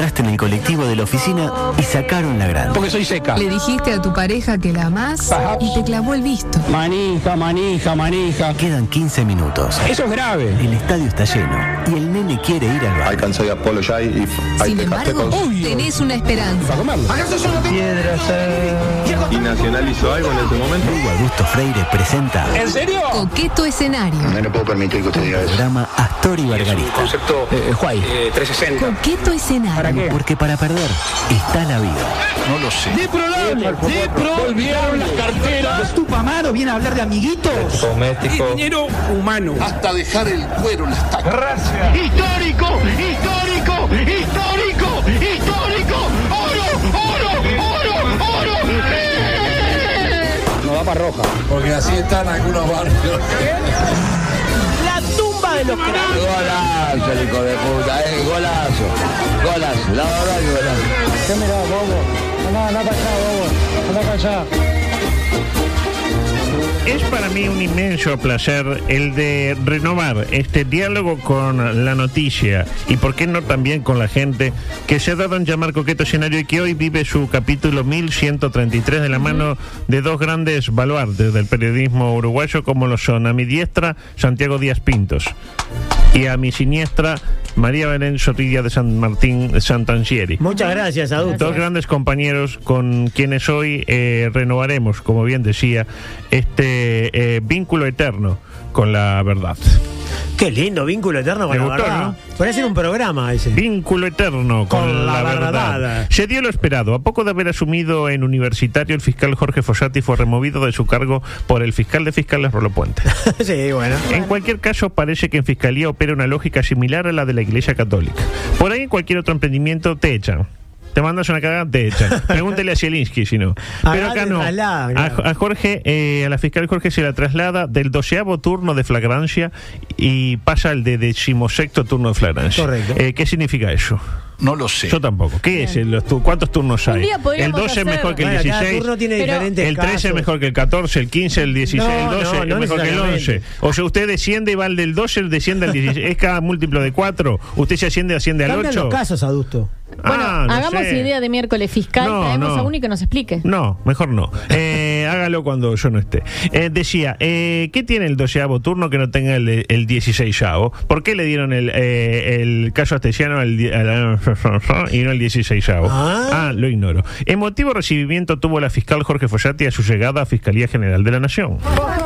encontraste en el colectivo de la oficina y sacaron la grande. Porque soy seca. Le dijiste a tu pareja que la amás y te clavó el visto. Manija. Quedan 15 minutos. Eso es grave. El estadio está lleno y el nene quiere ir al bar. I can say apologize if I Sin take a embargo, second. tenés una esperanza. ¿Y Nacional hizo algo en ese momento? Hugo Augusto Freire presenta ¿En serio? Coqueto escenario. No le puedo permitir que usted diga eso. programa Astor y Bargarista. Concepto Juay 360. Coqueto escenario. ¿Para qué? Porque para perder está la vida. No lo sé. Volvieron las carteras. Tupamaro viene a hablar de amiguitos. Doméstico. Dinero humano. Hasta dejar el cuero en las tacas. Gracias. ¡Histórico! ¡Oro! No va para roja. Porque así están algunos barrios. La tumba de los cráneos. Golazo, el hijo de puta, golazo. La verdad que golazo. ¿Qué mirá, bobo? Anda para allá, bobo. Anda para allá. Es para mí un inmenso placer el de renovar este diálogo con la noticia y por qué no también con la gente que se ha dado en llamar Coqueto Escenario y que hoy vive su capítulo 1133 de la mano de dos grandes baluartes del periodismo uruguayo como lo son a mi diestra Santiago Díaz Pintos y a mi siniestra María Belén Zorrilla de San Martín de Santancieri. Muchas gracias, adulto. Dos grandes compañeros con quienes hoy renovaremos, como bien decía, este vínculo eterno con la verdad. Qué lindo, vínculo eterno con ¿Te la gustó, verdad. no? Podría ser un programa ese. Vínculo eterno con la verdad. Se dio lo esperado. A poco de haber asumido en Universitario, el fiscal Jorge Fossati fue removido de su cargo por el fiscal de fiscales Rolo Puente. Sí, bueno. En cualquier caso, parece que en Fiscalía opera una lógica similar a la de la Iglesia Católica. Por ahí, en cualquier otro emprendimiento, te echan. Te mandas una cagada, te echan. Pregúntele a Zielinski, si no. Pero acá no. A Jorge, a la fiscal Jorge se la traslada del 12º turno de flagrancia y pasa al de 16º turno de flagrancia. Correcto. ¿Qué significa eso? No lo sé. Yo tampoco. ¿Qué es? ¿Cuántos turnos hay? El 12 es mejor que el 16. Cada turno tiene diferentes El 13 casos. es mejor que el 14, el 15, el 16, el 12 es mejor que el 11. O sea, usted desciende y va al del 12, desciende al 16. Es cada múltiplo de 4. Usted se asciende al Cambian 8. los casos, adulto. Bueno, no hagamos sé. idea de miércoles fiscal, traemos a uno y que nos explique. No, mejor no. Hágalo cuando yo no esté. Decía, ¿qué tiene el 12º turno que no tenga el 16º? ¿Por qué le dieron el caso astesiano y no el 16º? Lo ignoro. Emotivo recibimiento tuvo la fiscal Jorge Fossati a su llegada a Fiscalía General de la Nación.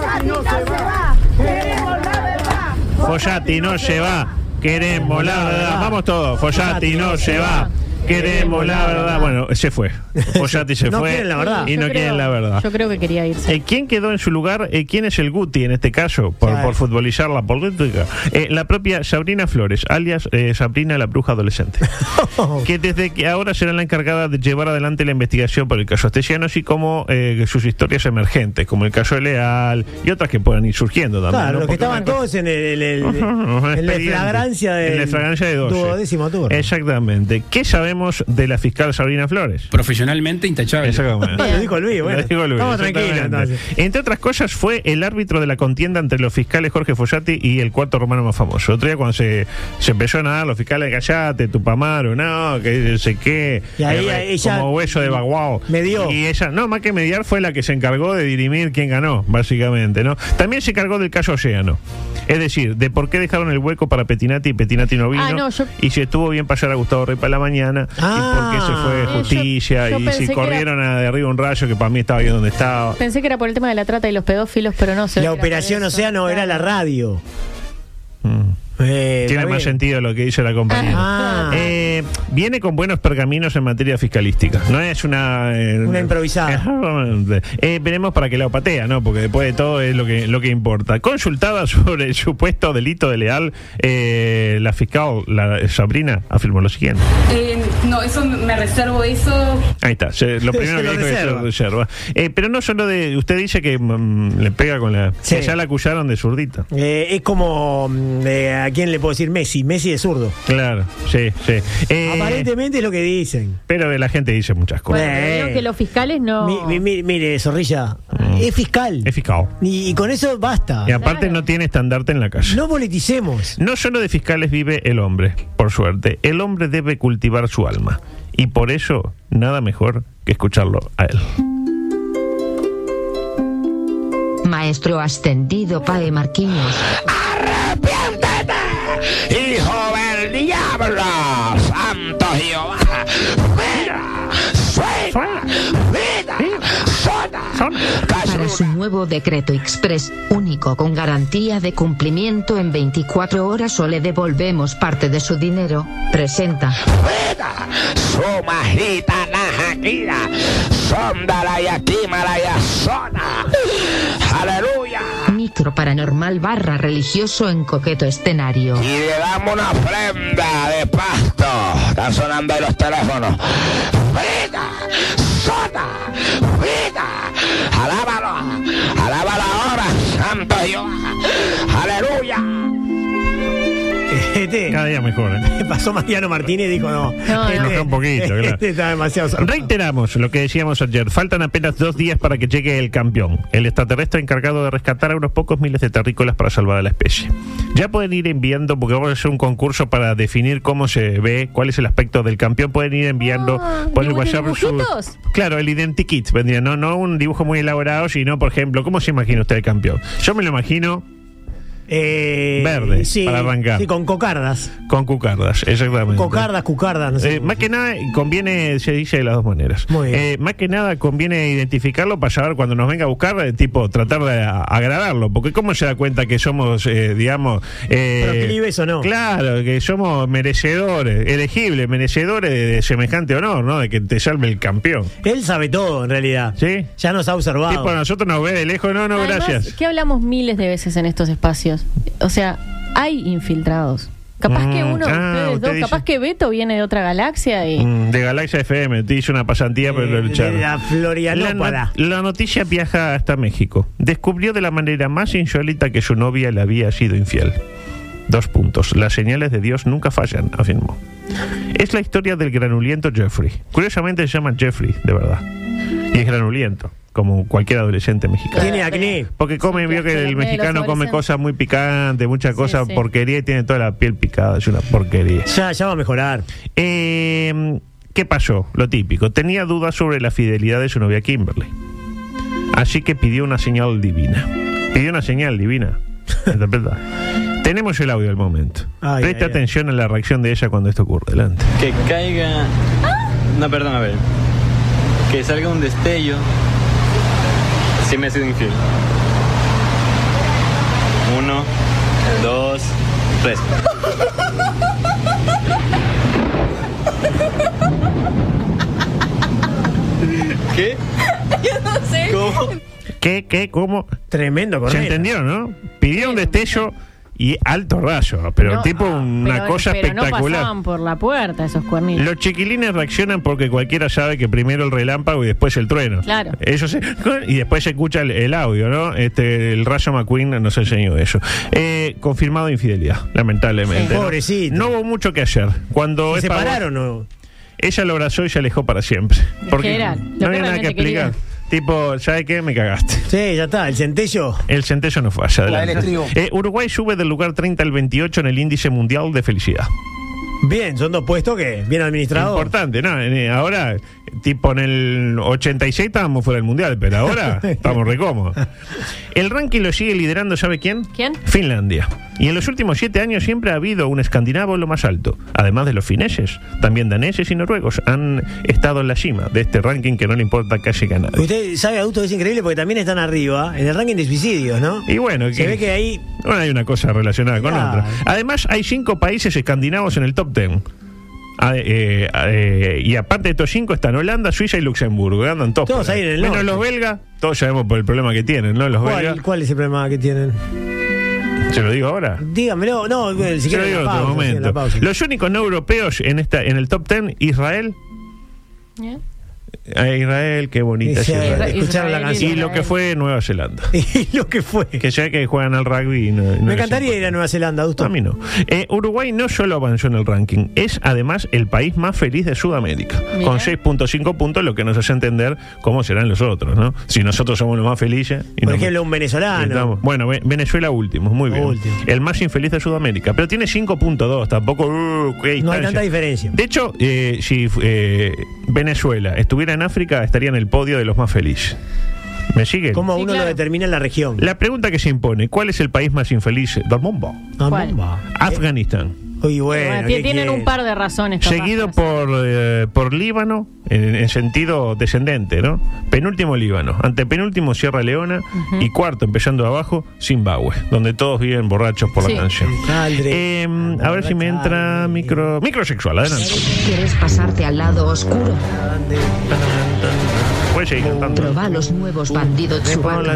Fossati no se va. Queremos la verdad. Vamos todos. Fossati no se va. Queremos la verdad. Bueno, se fue. Fossati se No fue. quieren la verdad. Y no quieren la verdad. Yo creo que quería irse. ¿Quién quedó en su lugar? ¿Quién es el Guti en este caso? Por futbolizar la política. La propia Sabrina Flores, alias Sabrina la bruja adolescente. Que desde que ahora será la encargada de llevar adelante la investigación por el caso Astesiano, así como sus historias emergentes, como el caso de Leal y otras que puedan ir surgiendo también. Claro, ¿no? los que Porque estaban todos en la flagrancia de. En la flagrancia de 12. 12º turno. Exactamente. ¿Qué sabemos de la fiscal Sabrina Flores? Profesionalmente intachable. Exactamente. Lo dijo Luis, bueno. Lo dijo Luis, Estamos tranquilos, exactamente. entonces. Entre otras cosas, fue el árbitro de la contienda entre los fiscales Jorge Fossati y el cuarto romano más famoso. Otro día cuando se empezó a nadar, los fiscales, callate, Tupamaro, no, que sé qué. Y ahí ella como hueso de baguao. medió. Y ella, no, más que mediar, fue la que se encargó de dirimir quién ganó, básicamente, ¿no? También se encargó del caso Océano. Es decir, de por qué dejaron el hueco para Petinati y Petinati no vino. Y si estuvo bien pasar a Gustavo Rey para la mañana. Y por qué se fue justicia. yo Y pensé si que corrieron de arriba un rayo que para mí estaba bien donde estaba. Pensé que era por el tema de la trata y los pedófilos, pero no sé. La operación Océano era la radio. Tiene más sentido lo que dice la compañera. Viene con buenos pergaminos en materia fiscalística. No es una improvisada. Veremos para qué lado patea, ¿no? Porque después de todo es lo que importa. Consultada sobre el supuesto delito de Leal, la fiscal, la Sabrina, afirmó lo siguiente. No, eso me reservo eso. Ahí está. Lo primero que dijo es que se reserva. Pero no solo de. Usted dice que le pega con la. Sí. Que ya la acusaron de zurdita. Es como ¿A quién le puedo decir Messi? Messi es zurdo. Claro, sí. Aparentemente es lo que dicen. Pero la gente dice muchas cosas. Bueno, creo que los fiscales no... Mire, Zorrilla, es fiscal. Es fiscal. Y con eso basta. Y aparte no tiene estandarte en la calle. No politicemos. No solo de fiscales vive el hombre, por suerte. El hombre debe cultivar su alma. Y por eso, nada mejor que escucharlo a él. Maestro ascendido Pae Marquinhos. ¡Arrepiéntete, hijo del diablo! ¡Santo Jehová! ¡Mira! ¡Suena! ¡Mira! ¡Sona! Para su nuevo decreto express, único con garantía de cumplimiento en 24 horas o le devolvemos parte de su dinero, presenta. ¡Mira! ¡Sumajita najakira! ¡Sondala y aquímala y azona! ¡Aleluya! Micro paranormal / religioso en coqueto escenario. Y le damos una ofrenda de pasto. Están sonando ahí los teléfonos. ¡Vida! ¡Sona! ¡Vida! ¡Alábalo! ¡Alábalo ahora, santo Dios! ¡Aleluya! Cada día mejor, ¿eh? Pasó Mariano Martínez y dijo no. Enojó un poquito, claro. Está demasiado zarpado. Reiteramos lo que decíamos ayer. Faltan apenas 2 días para que llegue el campeón, el extraterrestre encargado de rescatar a unos pocos miles de terrícolas para salvar a la especie. Ya pueden ir enviando, porque vamos a hacer un concurso para definir cómo se ve, cuál es el aspecto del campeón. Pueden ir enviando por el WhatsApp ¿dibujitos? Claro, el identikit vendría, no un dibujo muy elaborado, sino, por ejemplo, ¿cómo se imagina usted el campeón? Yo me lo imagino verde, sí, para arrancar. Sí, con cocardas. Con cucardas, exactamente. Cucardas, no sé. Más que nada conviene, se dice de las dos maneras. Muy bien. Más que nada conviene identificarlo para saber cuando nos venga a buscar, tipo tratar de agradarlo, porque cómo se da cuenta que somos, digamos, proclives o no. Claro, que somos merecedores, elegibles, merecedores de semejante honor, ¿no? De que te salve el campeón. Él sabe todo, en realidad. ¿Sí? Ya nos ha observado. Tipo, nosotros nos ve de lejos, no, Además, gracias. ¿qué hablamos miles de veces en estos espacios? O sea, hay infiltrados. Capaz que uno de ustedes usted dos, dice... capaz que Beto viene de otra galaxia y... De Galaxia FM, te hizo una pasantía, pero lo lucharon. De la Florianópolis. La noticia viaja hasta México. Descubrió de la manera más insólita que su novia le había sido infiel. 2 puntos. Las señales de Dios nunca fallan, afirmó. Es la historia del granuliento Jeffrey. Curiosamente se llama Jeffrey, de verdad. Y es granuliento, como cualquier adolescente mexicano. Tiene acné. Porque come, vio que el mexicano come cosas muy picantes, muchas cosas, porquería, y tiene toda la piel picada, es una porquería. Ya va a mejorar. ¿Qué pasó? Lo típico. Tenía dudas sobre la fidelidad de su novia Kimberly. Así que pidió una señal divina. Interpreta. Tenemos el audio del momento. Preste atención a la reacción de ella cuando esto ocurre. Adelante. Que caiga... No, perdón, a ver. Que salga un destello. Si me ha sido infiel. 1, 2, 3. ¿Qué? Yo no sé. ¿Cómo? ¿Qué? ¿Cómo? Tremendo, correcto. Se entendió, ¿no? Pidió un destello y alto rayo, pero No, tipo una cosa pero espectacular. no pasaban por la puerta esos cuernitos. Los chiquilines reaccionan porque cualquiera sabe que primero el relámpago y después el trueno. Claro. Y después se escucha el audio, ¿no? El Rayo McQueen nos enseñó eso. Confirmado infidelidad, lamentablemente. Sí. ¿no? Pobrecito. No hubo mucho que hacer. Cuando ¿Se separaron o...? Ella lo abrazó y se alejó para siempre. Porque era lo no que había nada que realmente explicar. quería. Tipo, ¿sabe qué? Me cagaste. Sí, ya está, el centello. El centello no falla. Adelante. Uruguay sube del lugar 30 al 28 en el índice mundial de felicidad. Bien, son 2 puestos que bien administrados. Importante, ¿no? Ahora, tipo en el 86 estábamos fuera del mundial, pero ahora estamos re cómodos. El ranking lo sigue liderando, ¿sabe quién? ¿Quién? Finlandia. Y en los últimos 7 años siempre ha habido un escandinavo en lo más alto. Además de los fineses, también daneses y noruegos han estado en la cima de este ranking que no le importa casi a nadie. Usted sabe, adulto, es increíble porque también están arriba en el ranking de suicidios, ¿no? Y bueno, se ve que ahí... Bueno, hay una cosa relacionada con otra. Además, hay 5 países escandinavos en el top 10. Y aparte de estos 5 están Holanda, Suiza y Luxemburgo, que andan todos ahí en el norte. Menos los belgas, todos sabemos por el problema que tienen, ¿no? Los belgas. ¿Cuál es el problema que tienen? ¿Se lo digo ahora? Dígamelo, no, si se lo digo en otro momento. Los únicos no europeos en el top 10, Israel, A Israel, qué bonita Sí, Israel. escucharon la canción. Y lo que fue Nueva Zelanda. Y lo que fue. Que ya que juegan al rugby y no Me les encantaría ir a Nueva Zelanda, Augusto. A mí no. Uruguay no solo avanzó en el ranking, es además el país más feliz de Sudamérica, Mira. con 6.5 puntos, lo que nos hace entender cómo serán los otros, ¿no? Si nosotros somos los más felices. Y Por no- ejemplo, un venezolano. Estamos- bueno, Venezuela último, muy bien. Último. El más infeliz de Sudamérica, pero tiene 5.2, tampoco... qué No hay distancia. tanta diferencia. De hecho, si Venezuela estuviera en África, estaría en el podio de los más felices. ¿Me sigue? ¿Cómo Sí, uno claro. lo determina en la región? La pregunta que se impone, ¿cuál es el país más infeliz del mundo? ¿Cuál? Afganistán. Uy, bueno. ¿qué Tienen quiere? un par de razones. capaz, Seguido para por Líbano, en sentido descendente, ¿no? Penúltimo Líbano, antepenúltimo Sierra Leona y cuarto, empezando abajo, Zimbabue, donde todos viven borrachos por Sí. la canción. Caldre. A ver si me entra microsexual, adelante. ¿Quieres pasarte al lado oscuro? Puedes seguir cantando. Proba los nuevos bandidos Chewbacca.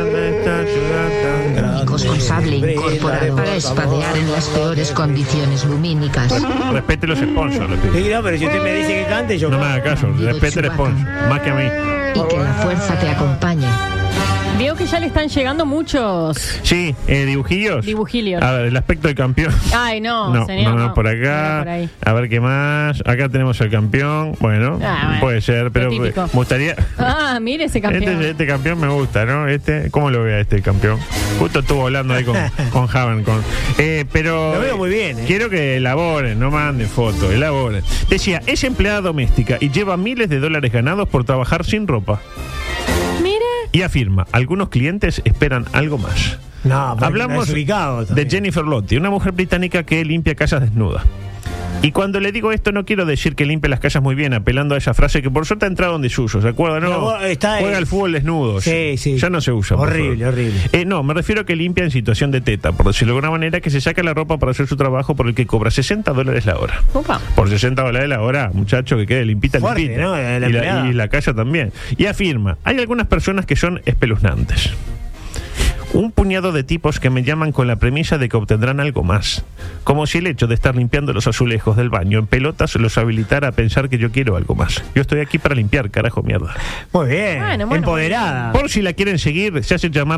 Únicos con sable incorporado para espadear en las peores condiciones lumínicas. Respete los sponsors, le pido. Sí, no, pero si usted me dice que cante, yo No me haga caso, respete el sponsor, más que a mí. Y que la fuerza te acompañe. Veo que ya le están llegando muchos Sí, dibujillos. dibujillos. A ver, el aspecto del campeón. Ay, no, No, señor. no, por No acá. por ahí. A ver qué más. Acá tenemos el campeón. Bueno, Bueno, puede ser, pero lo típico. me gustaría. Ah, mire ese campeón. Este campeón me gusta, ¿no? ¿Cómo lo ve a este campeón? Justo estuvo hablando ahí con Haven. Pero Lo veo muy bien, quiero que elaboren, no manden fotos, elaboren. Decía, es empleada doméstica y lleva miles de dólares ganados por trabajar sin ropa. Mire. Y afirma, algunos clientes esperan algo más. No, pero Hablamos desubicado de también. Jennifer Lottie, una mujer británica que limpia casas desnudas. Y cuando le digo esto, no quiero decir que limpie las casas muy bien, apelando a esa frase que por suerte ha entrado en desuso, ¿se acuerdan? Pero No, vos está juega al fútbol desnudo. Sí, sí. Ya no se usa. por Horrible, favor. horrible. No, me refiero a que limpia en situación de teta, por decirlo de alguna manera, que se saca la ropa para hacer su trabajo por el que cobra $60 la hora. Opa. Por $60 la hora, muchacho, que quede limpita, Fuerte, limpita. ¿no? La y, empleada. y la casa también. Y afirma, hay algunas personas que son espeluznantes. Un puñado de tipos que me llaman con la premisa de que obtendrán algo más. Como si el hecho de estar limpiando los azulejos del baño en pelotas los habilitara a pensar que yo quiero algo más. Yo estoy aquí para limpiar, carajo, mierda. Muy bien. Bueno, Empoderada. Por si la quieren seguir, se hace llamar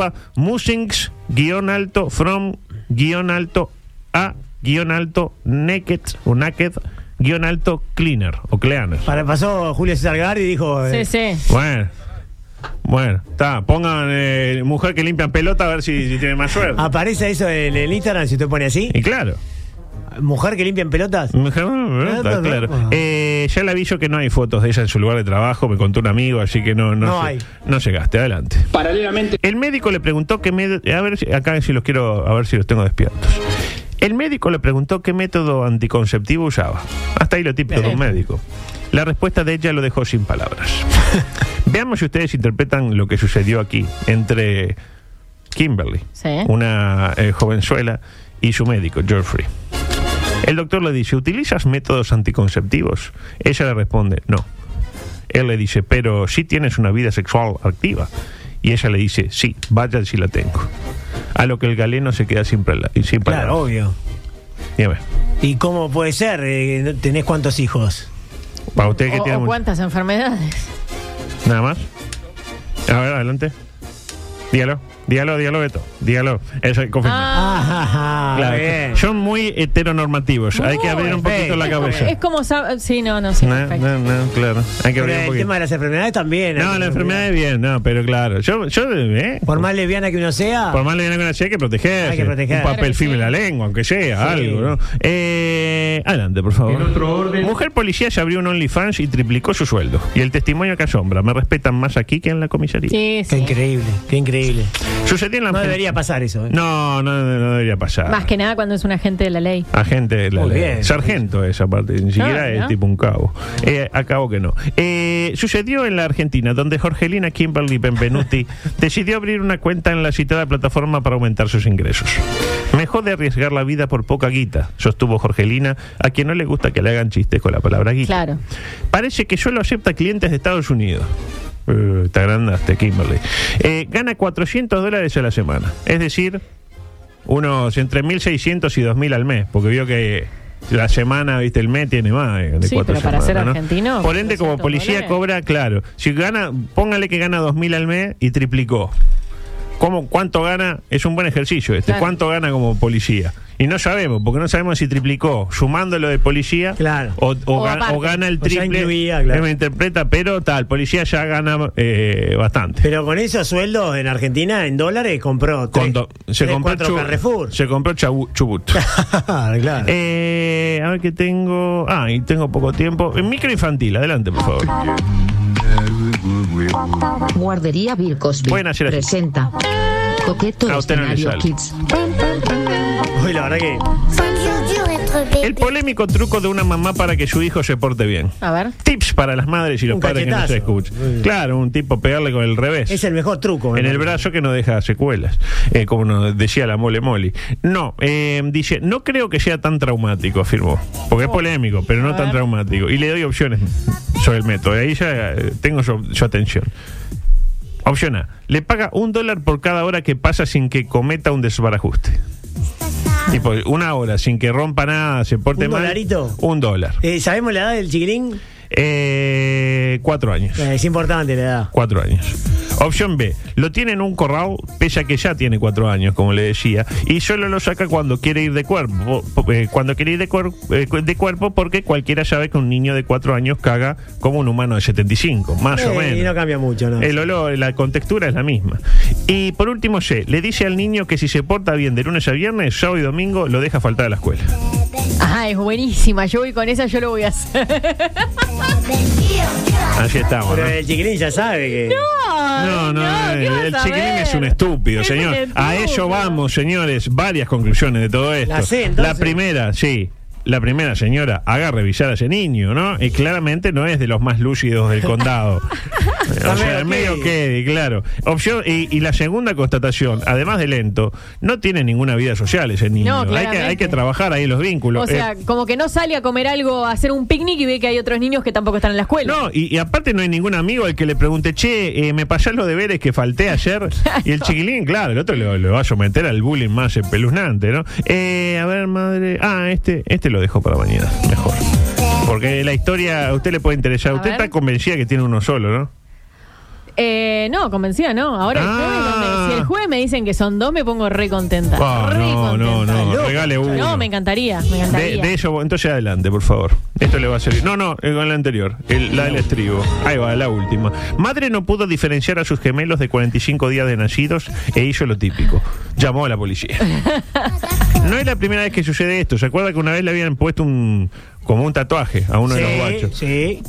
@musings_a_naked o naked_cleaner o cleaner. Pasó Julio César Gardi y dijo... Sí, sí. Bueno, está. Pongan mujer que limpian pelota a ver si tienen más suerte. Aparece eso en el Instagram si usted pone así. Y claro. Mujer que limpia en pelotas. Está claro. Ya le aviso que no hay fotos de ella en su lugar de trabajo, me contó un amigo, así que no hay. No llegaste, adelante. Paralelamente. El médico le preguntó qué a ver si acá si los quiero, a ver si los tengo despiertos. El médico le preguntó qué método anticonceptivo usaba. Hasta ahí lo típico de un médico. La respuesta de ella lo dejó sin palabras. Veamos si ustedes interpretan lo que sucedió aquí entre Kimberly, una jovenzuela, y su médico, Geoffrey. El doctor le dice, ¿utilizas métodos anticonceptivos? Ella le responde, no. Él le dice, pero sí tienes una vida sexual activa. Y ella le dice, sí, vaya si la tengo. A lo que el galeno se queda sin palabras. Claro, obvio. Dígame. ¿Y cómo puede ser? ¿Tenés cuántos hijos? Para usted que tiene O cuántas enfermedades. Nada más. A ver, adelante. Dígalo, Beto. Dígalo. Eso, confirma. Claro, bien. son muy heteronormativos. Hay que abrir un poquito la cabeza. Es como... Sí, no, sí, perfecto. No, claro. Hay que Pero abrir un el poquito. tema de las enfermedades también. No, la enfermedad es bien, no, pero claro. Por más lesbiana que uno sea. Por más lesbiana que uno sea, hay que protegerse. Hay que proteger. Un papel Claro que firme sí. en la lengua, aunque sea, Sí. algo, ¿no? Adelante, por favor. Mujer policía se abrió un OnlyFans y triplicó su sueldo. Y el testimonio que asombra. Me respetan más aquí que en la comisaría. Sí, Qué increíble, qué increíble. Sucedió en la No debería pasar eso. No debería pasar. Más que nada cuando es un agente de la ley. Agente de la Muy ley. bien. Sargento esa parte, ni siquiera es ¿no? tipo un cabo. A cabo que no. Sucedió en la Argentina, donde Jorgelina Kimberly Benvenuti decidió abrir una cuenta en la citada plataforma para aumentar sus ingresos. Mejor de arriesgar la vida por poca guita, sostuvo Jorgelina, a quien no le gusta que le hagan chistes con la palabra guita. Claro. Parece que solo acepta clientes de Estados Unidos. Te agrandaste, Kimberly. Gana $400 a la semana. Es decir, unos entre 1.600 y 2.000 al mes, porque vio que La semana, viste, el mes tiene más de Sí, 4 pero para semanas, ser ¿no? argentino, Por ende, como policía $200. cobra, claro. Si gana, póngale que gana 2.000 al mes y triplicó. ¿Cuánto gana? Es un buen ejercicio este. Claro. ¿Cuánto gana como policía? Y no sabemos, porque no sabemos si triplicó sumándolo de policía Claro. o gana el O ya triple. incluía, claro. Me interpreta, pero tal, policía ya gana bastante. Pero con esos sueldos en Argentina, en dólares, compró Se compró 4 Carrefour. Se compró Chubut. Claro. A ver qué tengo. Y tengo poco tiempo. Micro infantil, adelante, por favor. Guardería Bill Cosby Pueden hacer así. presenta Coqueto A usted no le Escenario sale. Kids. Uy, la verdad que... El polémico truco de una mamá para que su hijo se porte bien. A ver. Tips para las madres y los Un padres que no se cachetazo. escuchan. Claro, un tipo pegarle con el revés. Es el mejor truco. En el brazo que no deja secuelas, como nos decía la Mole Moli. No, dice, no creo que sea tan traumático, afirmó. Porque es polémico, pero no tan traumático. Y le doy opciones sobre el método. Ahí ya tengo su atención. Opción A, le paga $1 por cada hora que pasa sin que cometa un desbarajuste. Tipo, 1 hora sin que rompa nada, se porte ¿Un mal. dolarito? $1. ¿Sabemos la edad del chiquilín? 4 años. Es importante la edad. 4 años. Opción B, lo tiene en un corral, pese a que ya tiene 4 años, como le decía, y solo lo saca cuando quiere ir de cuerpo. Cuando quiere ir de cuerpo, porque cualquiera sabe que un niño de 4 años caga como un humano de 75, más o menos. Y no cambia mucho, ¿no? El olor, la contextura es la misma. Y por último, C, le dice al niño que si se porta bien de lunes a viernes, sábado y domingo, lo deja faltar a la escuela. Es buenísima. Yo voy con esa, yo lo voy a hacer. Así estamos, Pero ¿no? el chiquilín ya sabe que... No, ¿qué vas el a chiquilín ver? es un estúpido, Es señor. un A estúpido. ello vamos, señores. Varias conclusiones de todo esto. La C, entonces. La primera, sí. La primera, señora, haga revisar a ese niño, ¿no? Y claramente no es de los más lúcidos del condado. O sea, medio que, claro. Opción, y la segunda constatación, además de lento, no tiene ninguna vida social ese niño. No, hay que trabajar ahí en los vínculos. O sea, como que no sale a comer algo, a hacer un picnic y ve que hay otros niños que tampoco están en la escuela. No, y aparte no hay ningún amigo al que le pregunte, che, me pasás los deberes que falté ayer. Y el chiquilín, claro, el otro lo va a someter al bullying más espeluznante, ¿no? A ver, madre. Este lo dejo para mañana, mejor. Porque la historia a usted le puede interesar. Usted está convencida que tiene uno solo, ¿no? No, convencida no. Ahora el jueves, si el jueves me dicen que son 2, me pongo re contenta. No, regale uno. No, me encantaría. De eso, entonces adelante, por favor. Esto le va a servir. No, con la anterior, la del estribo. Ahí va, la última. Madre no pudo diferenciar a sus gemelos de 45 días de nacidos e hizo lo típico. Llamó a la policía. No es la primera vez que sucede esto. ¿Se acuerda que una vez le habían puesto como un tatuaje a uno de los guachos? Sí.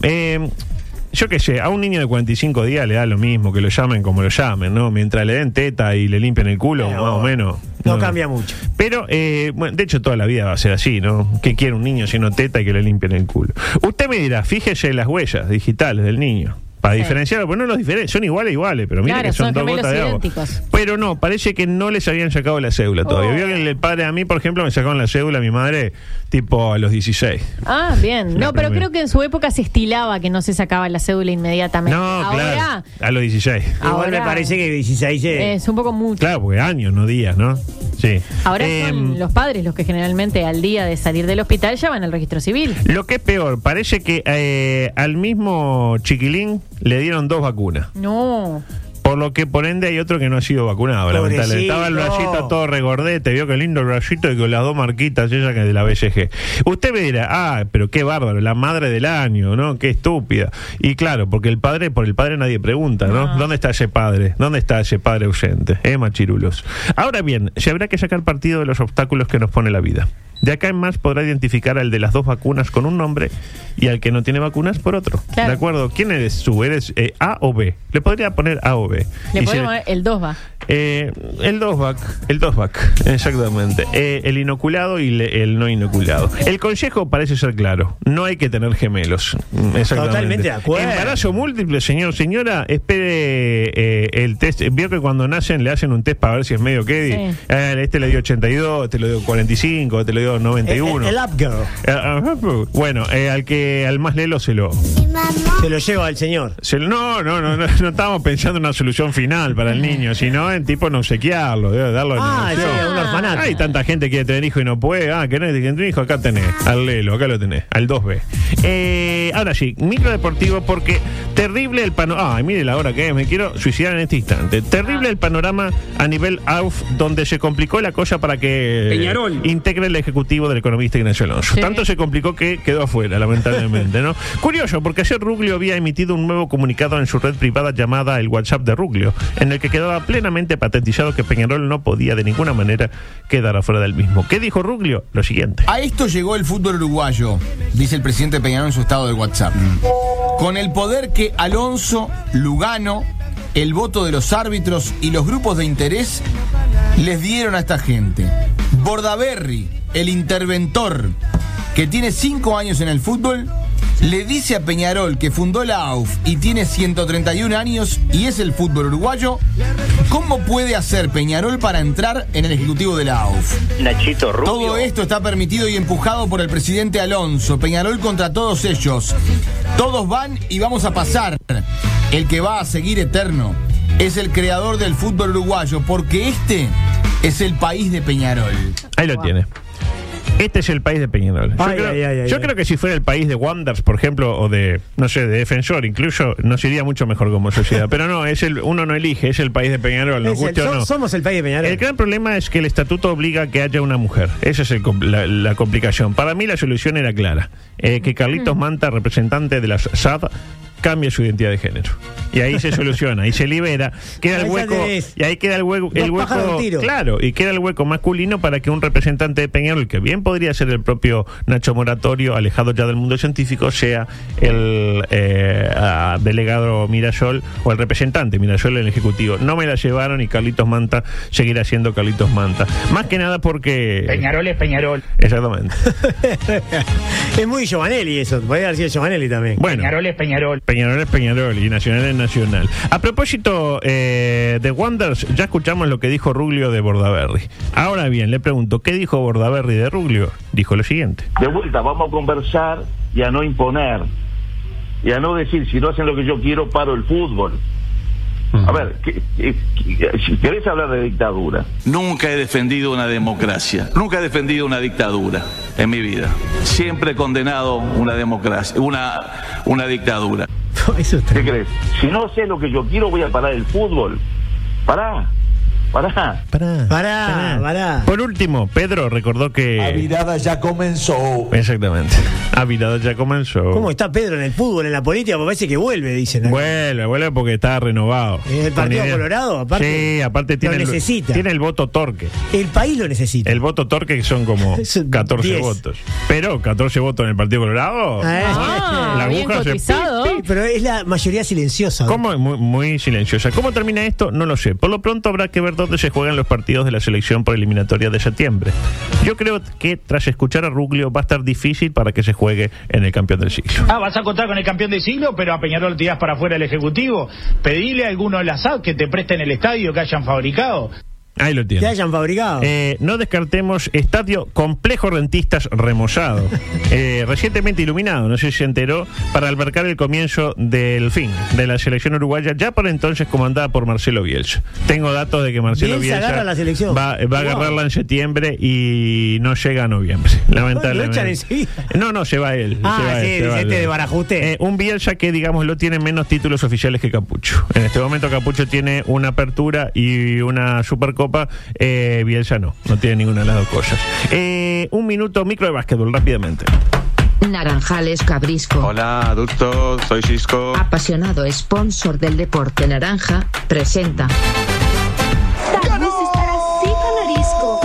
Yo qué sé, a un niño de 45 días le da lo mismo, que lo llamen como lo llamen, ¿no? Mientras le den teta y le limpien el culo, más o menos. No cambia mucho. Pero, bueno, de hecho, toda la vida va a ser así, ¿no? ¿Qué quiere un niño sino teta y que le limpien el culo? Usted me dirá, fíjese en las huellas digitales del niño. Para diferenciarlo, pues no los diferencian, son iguales, pero mire que son 2 gotas de agua. Idénticos. Pero no, parece que no les habían sacado la cédula todavía. Vio que el padre a mí, por ejemplo, me sacaron la cédula a mi madre tipo a los 16. Bien. No, pero creo que en su época se estilaba que no se sacaba la cédula inmediatamente. No, ahora, claro, a los 16. Igual me parece que 16 es un poco mucho. Claro, porque años, no días, ¿no? Sí. Ahora son los padres los que generalmente al día de salir del hospital ya van al registro civil. Lo que es peor, parece que al mismo chiquilín le dieron 2 vacunas. No. Por lo que por ende hay otro que no ha sido vacunado. Lamentablemente. Estaba el bracito todo regordete, vio que lindo el bracito y con las 2 marquitas esas que de la BCG. Usted me dirá, pero qué bárbaro, la madre del año, ¿no? Qué estúpida. Y claro, porque por el padre nadie pregunta, ¿no? ¿Dónde está ese padre? ¿Dónde está ese padre ausente? Machirulos. Ahora bien, se habrá que sacar partido de los obstáculos que nos pone la vida. De acá en más podrá identificar al de las 2 vacunas con un nombre y al que no tiene vacunas por otro. Claro. ¿De acuerdo? ¿Quién eres tú? ¿Eres A o B? Le podría poner A o B. Le podemos poner el 2 el dosback, exactamente. El inoculado y el no inoculado. El consejo parece ser claro. No hay que tener gemelos. Exactamente. Totalmente de acuerdo. Embarazo múltiple, señora, espere el test. Vio que cuando nacen le hacen un test para ver si es medio Kedi. Sí. Este le dio 82, este le dio 45, este le dio 91. El upgirl. Bueno, al más lelo se lo lleva al señor. No estábamos pensando en una solución final para el niño, sino no, en tipo no obsequiarlo, darlo en adopción. Sí, un orfanato. Hay tanta gente que quiere tener hijo y no puede. ¿Querés tener un hijo? Acá tenés. Al Lelo, acá lo tenés. Al 2B. Ahora sí, microdeportivo porque terrible el panorama. Ay, mire la hora que es, me quiero suicidar en este instante. Terrible el panorama a nivel AUF, donde se complicó la cosa para que Peñarol integre el ejecutivo del economista Ignacio Alonso. Sí. Tanto se complicó que quedó afuera, lamentablemente, ¿no? Curioso, porque ayer Ruglio había emitido un nuevo comunicado en su red privada llamada el WhatsApp de Ruglio, en el que quedaba plenamente patentizado que Peñarol no podía de ninguna manera quedar afuera del mismo. ¿Qué dijo Ruglio? Lo siguiente. A esto llegó el fútbol uruguayo, dice el presidente Peñarol en su estado de WhatsApp. Con el poder que Alonso, Lugano, el voto de los árbitros y los grupos de interés les dieron a esta gente. Bordaberry, el interventor que tiene 5 años en el fútbol, le dice a Peñarol, que fundó la AUF y tiene 131 años y es el fútbol uruguayo, ¿cómo puede hacer Peñarol para entrar en el ejecutivo de la AUF? Nachito Rubio. Todo esto está permitido y empujado por el presidente Alonso. Peñarol contra todos ellos. Todos van y vamos a pasar. El que va a seguir eterno es el creador del fútbol uruguayo, porque este es el país de Peñarol. Ahí lo tiene. Este es el país de Peñarol. Yo creo que si fuera el país de Wanderers, por ejemplo, o de, no sé, de Defensor, incluso, nos iría mucho mejor como sociedad. Pero no, uno no elige, es el país de Peñarol, nos guste o no. Somos el país de Peñarol. El gran problema es que el estatuto obliga a que haya una mujer. Esa es la complicación. Para mí la solución era clara. Que Carlitos Manta, representante de la SAD, cambie su identidad de género. Y ahí se soluciona, y se libera, queda el hueco, y ahí queda el hueco, claro, y queda el hueco masculino para que un representante de Peñarol, que bien podría ser el propio Nacho Moratorio, alejado ya del mundo científico, sea el delegado Mirasol o el representante Mirasol en el Ejecutivo. No me la llevaron y Carlitos Manta seguirá siendo Carlitos Manta. Más que nada porque... Peñarol es Peñarol. Exactamente. Es muy Giovanelli eso, podría haber sido Giovanelli también. Bueno, Peñarol es Peñarol. Peñarol es Peñarol y Nacional es Nacional. A propósito de Wanderers, ya escuchamos lo que dijo Ruglio de Bordaberry. Ahora bien, le pregunto, ¿qué dijo Bordaberry de Ruglio? Dijo lo siguiente. De vuelta, vamos a conversar y a no imponer. Y a no decir, si no hacen lo que yo quiero, paro el fútbol. A ver, si querés hablar de dictadura. Nunca he defendido una democracia, nunca he defendido una dictadura en mi vida. Siempre he condenado una democracia, una dictadura. ¿Qué crees? Si no sé lo que yo quiero, voy a parar el fútbol. Pará. Por último, Pedro recordó que... La virada ya comenzó. Exactamente. La virada ya comenzó. ¿Cómo está Pedro en el fútbol, en la política? Me parece que vuelve, dicen. Vuelve porque está renovado. ¿El Partido Colorado? Aparte, sí, aparte tiene necesita. Tiene el voto torque. El país lo necesita. El voto torque, que son como 14 10. Votos. Pero 14 votos en el Partido Colorado. La aguja se... Sí, pero es la mayoría silenciosa. ¿Cómo? Muy silenciosa. ¿Cómo termina esto? No lo sé. Por lo pronto habrá que ver dónde se juegan los partidos de la selección por eliminatoria de septiembre. Yo creo que tras escuchar a Ruglio va a estar difícil para que se juegue en el campeón del siglo. Vas a contar con el campeón del siglo, pero a Peñarol tirás para afuera el Ejecutivo. Pedile a alguno de las SAD que te presten el estadio que hayan fabricado. Ahí lo tiene. Que hayan fabricado. No descartemos estadio Complejo Rentistas remozado, recientemente iluminado, no sé si se enteró, para albergar el comienzo del fin de la selección uruguaya, ya por entonces comandada por Marcelo Bielsa. Tengo datos de que Marcelo Bielsa agarra la selección. va a agarrarla en septiembre y no llega a noviembre, lamentablemente. No, se va él. Se va de Barajuste. Un Bielsa que, digamos, lo tiene menos títulos oficiales que Capucho. En este momento Capucho tiene una apertura y una Supercopa. Bielsa no tiene ninguna de las dos cosas. Un minuto micro de básquetbol rápidamente. Naranjales Cabrisco. Hola, adultos, soy Cisco. Apasionado sponsor del deporte naranja, presenta. Tal vez estar así con Arisco.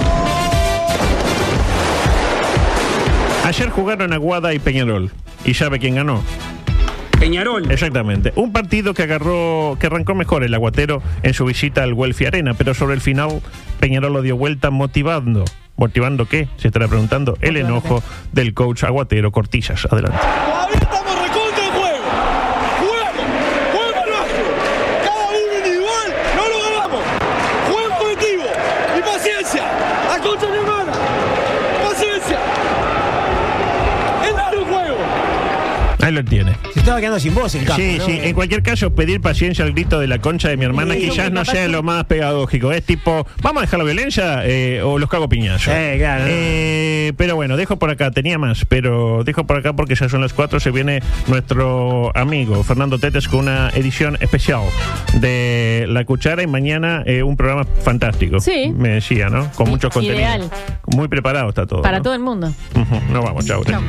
Ayer jugaron Aguada y Peñarol. ¿Y sabe quién ganó? Peñarol. Exactamente. Un partido que arrancó mejor el Aguatero en su visita al Welfi Arena, pero sobre el final Peñarol lo dio vuelta ¿Motivando qué? Se estará preguntando. El enojo del coach aguatero Cortillas. Adelante. Todavía estamos recontra el juego. Juego nuestro. Cada uno individual, no lo ganamos. Juego colectivo y paciencia. A concha mi hermana. Paciencia. Es dar un juego. Ahí lo tiene. Se estaba quedando sin voz el capo, Sí, ¿no? sí. En cualquier caso, pedir paciencia al grito de la concha de mi hermana Sí, quizás no capaz sea que- lo más pedagógico. Es tipo, ¿vamos a dejar la violencia o los cago piñazos? Claro. Pero bueno, dejo por acá, tenía más, pero dejo por acá porque ya son las 4, se viene nuestro amigo Fernando Tetes con una edición especial de La Cuchara y mañana un programa fantástico. Sí. Me decía, ¿no? Con muchos contenidos. Ideal. Muy preparado está todo. Para ¿no? todo el mundo. Ujú, nos vamos, chau. Chau.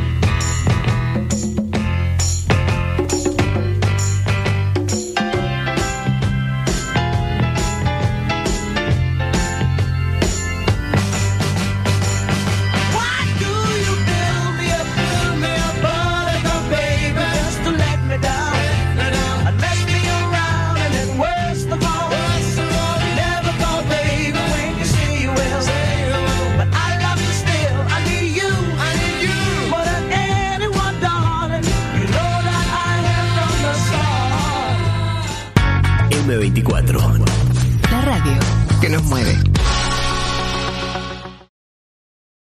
M24. La radio que nos mueve.